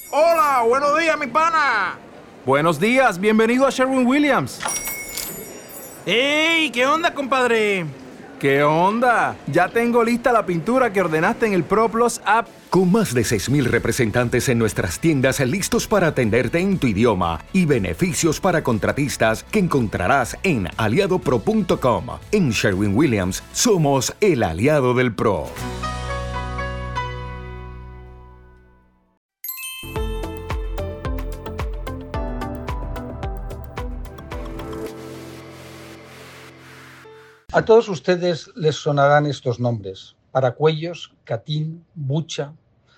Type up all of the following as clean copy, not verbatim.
Hola, buenos días, mi pana. Buenos días, bienvenido a Sherwin-Williams. ¡Ey! ¿Qué onda, compadre? ¿Qué onda? Ya tengo lista la pintura que ordenaste en el ProPlus app. Con más de 6,000 representantes en nuestras tiendas listos para atenderte en tu idioma y beneficios para contratistas que encontrarás en aliadopro.com. En Sherwin-Williams somos el aliado del pro. A todos ustedes les sonarán estos nombres: Paracuellos, Katyn, Bucha.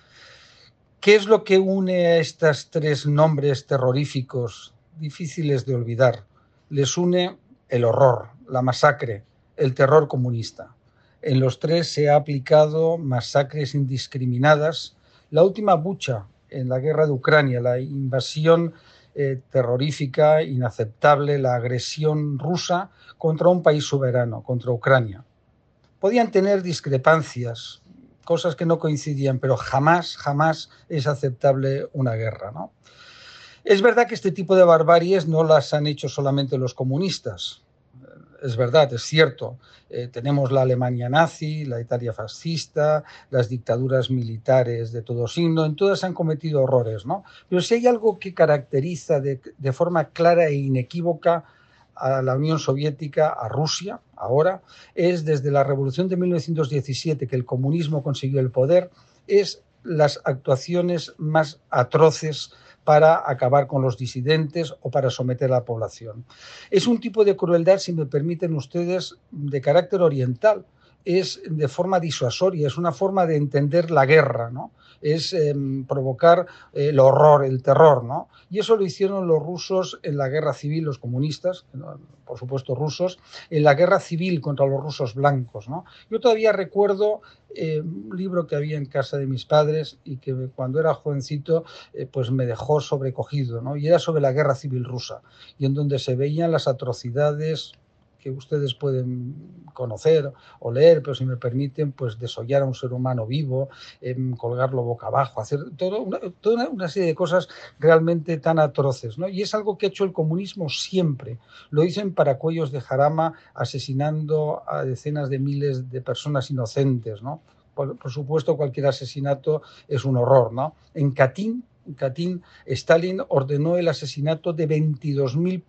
¿Qué es lo que une a estos tres nombres terroríficos difíciles de olvidar? Les une el horror, la masacre, el terror comunista. En los tres se ha aplicado masacres indiscriminadas. La última, Bucha, en la guerra de Ucrania, la invasión terrorífica, inaceptable, la agresión rusa contra un país soberano, contra Ucrania. Podían tener discrepancias, cosas que no coincidían, pero jamás es aceptable una guerra, ¿no? Es verdad que este tipo de barbaries no las han hecho solamente los comunistas. Es verdad, es cierto. Tenemos la Alemania nazi, la Italia fascista, las dictaduras militares de todo signo, en todas han cometido horrores, ¿no? Pero si hay algo que caracteriza de forma clara e inequívoca a la Unión Soviética, a Rusia, ahora, es desde la Revolución de 1917 que el comunismo consiguió el poder, es las actuaciones más atroces para acabar con los disidentes o para someter a la población. Es un tipo de crueldad, si me permiten ustedes, de carácter oriental. Es de forma disuasoria, es una forma de entender la guerra, ¿no? Es provocar el horror, el terror, ¿no? Y eso lo hicieron los rusos en la guerra civil, los comunistas, por supuesto rusos, en la guerra civil contra los rusos blancos, ¿no? Yo todavía recuerdo un libro que había en casa de mis padres y que cuando era jovencito pues me dejó sobrecogido, ¿no? Y era sobre la guerra civil rusa, y en donde se veían las atrocidades que ustedes pueden conocer o leer, pero si me permiten, pues desollar a un ser humano vivo, colgarlo boca abajo, hacer toda una serie de cosas realmente tan atroces, ¿no? Y es algo que ha hecho el comunismo siempre. Lo hizo en Paracuellos de Jarama, asesinando a decenas de miles de personas inocentes, ¿no? Por supuesto, cualquier asesinato es un horror, ¿no? En Katyn, Stalin ordenó el asesinato de 22.000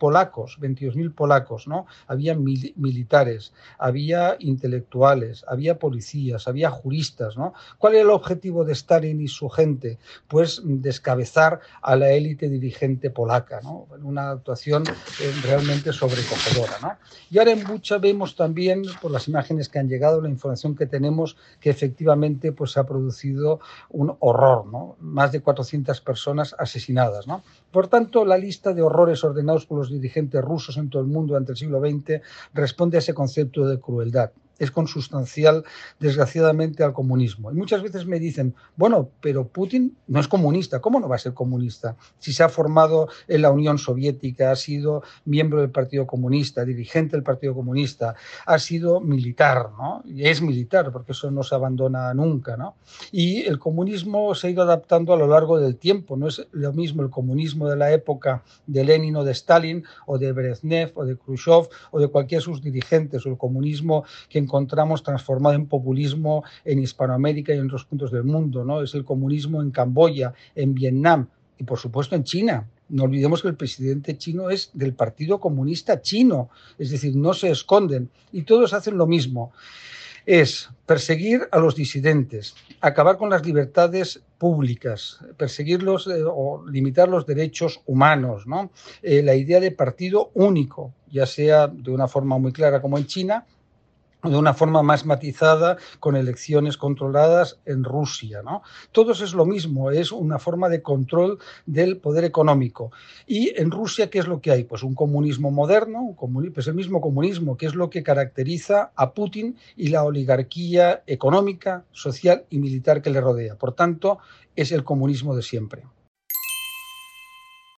polacos, ¿no? Había militares, había intelectuales, había policías, había juristas, ¿no? ¿Cuál era el objetivo de Stalin y su gente? Pues descabezar a la élite dirigente polaca, ¿no? Una actuación realmente sobrecogedora, ¿no? Y ahora en Bucha vemos también, por las imágenes que han llegado, la información que tenemos, que efectivamente pues, se ha producido un horror, ¿no? Más de 400 personas asesinadas, ¿no? Por tanto, la lista de horrores ordenados por los dirigentes rusos en todo el mundo durante el siglo XX responde a ese concepto de crueldad. Es consustancial, desgraciadamente, al comunismo. Y muchas veces me dicen, bueno, pero Putin no es comunista. ¿Cómo no va a ser comunista? Si se ha formado en la Unión Soviética, ha sido miembro del Partido Comunista, dirigente del Partido Comunista, ha sido militar, ¿no? Y es militar, porque eso no se abandona nunca, ¿no? Y el comunismo se ha ido adaptando a lo largo del tiempo. No es lo mismo el comunismo de la época de Lenin o de Stalin, o de Brezhnev, o de Khrushchev, o de cualquiera de sus dirigentes, o el comunismo que encontramos transformado en populismo en Hispanoamérica y en otros puntos del mundo, ¿no? Es el comunismo en Camboya, en Vietnam y, por supuesto, en China. No olvidemos que el presidente chino es del Partido Comunista Chino, es decir, no se esconden y todos hacen lo mismo. Es perseguir a los disidentes, acabar con las libertades públicas, perseguirlos o limitar los derechos humanos, ¿no? La idea de partido único, ya sea de una forma muy clara como en China, de una forma más matizada, con elecciones controladas en Rusia, ¿no? Todo eso es lo mismo, es una forma de control del poder económico. Y en Rusia, ¿qué es lo que hay? Pues un comunismo moderno, pues el mismo comunismo, que es lo que caracteriza a Putin y la oligarquía económica, social y militar que le rodea. Por tanto, es el comunismo de siempre.